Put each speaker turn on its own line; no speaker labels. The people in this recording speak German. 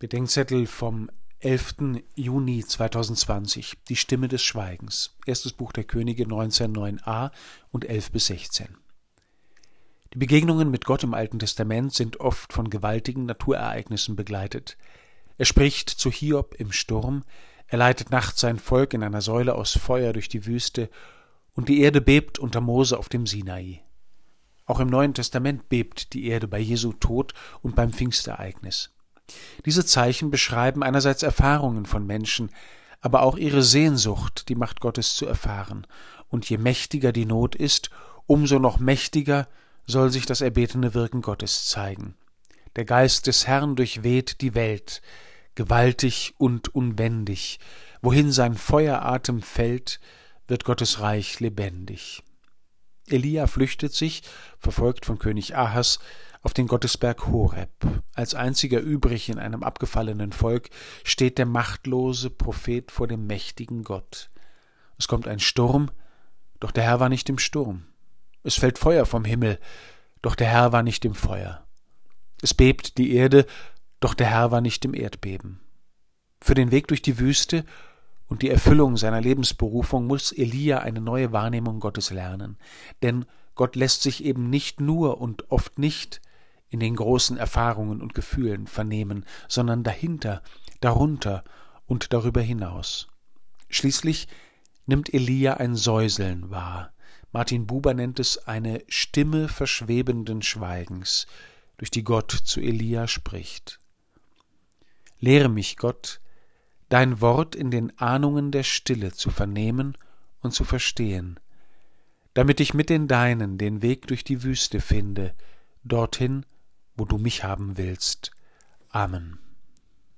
Bedenkzettel vom 11. Juni 2020. Die Stimme des Schweigens. Erstes Buch der Könige 19,9a und 11-16. Die Begegnungen mit Gott im Alten Testament sind oft von gewaltigen Naturereignissen begleitet. Er spricht zu Hiob im Sturm, er leitet nachts sein Volk in einer Säule aus Feuer durch die Wüste und die Erde bebt unter Mose auf dem Sinai. Auch im Neuen Testament bebt die Erde bei Jesu Tod und beim Pfingstereignis. Diese Zeichen beschreiben einerseits Erfahrungen von Menschen, aber auch ihre Sehnsucht, die Macht Gottes zu erfahren. Und je mächtiger die Not ist, umso noch mächtiger soll sich das erbetene Wirken Gottes zeigen. Der Geist des Herrn durchweht die Welt, gewaltig und unbändig. Wohin sein Feueratem fällt, wird Gottes Reich lebendig. Elia flüchtet sich, verfolgt von König Ahas, auf den Gottesberg Horeb. Als einziger übrig in einem abgefallenen Volk steht der machtlose Prophet vor dem mächtigen Gott. Es kommt ein Sturm, doch der Herr war nicht im Sturm. Es fällt Feuer vom Himmel, doch der Herr war nicht im Feuer. Es bebt die Erde, doch der Herr war nicht im Erdbeben. Für den Weg durch die Wüste und die Erfüllung seiner Lebensberufung muss Elia eine neue Wahrnehmung Gottes lernen. Denn Gott lässt sich eben nicht nur und oft nicht in den großen Erfahrungen und Gefühlen vernehmen, sondern dahinter, darunter und darüber hinaus. Schließlich nimmt Elia ein Säuseln wahr. Martin Buber nennt es eine Stimme verschwebenden Schweigens, durch die Gott zu Elia spricht. Lehre mich, Gott, dein Wort in den Ahnungen der Stille zu vernehmen und zu verstehen, damit ich mit den Deinen den Weg durch die Wüste finde, dorthin, wo du mich haben willst. Amen.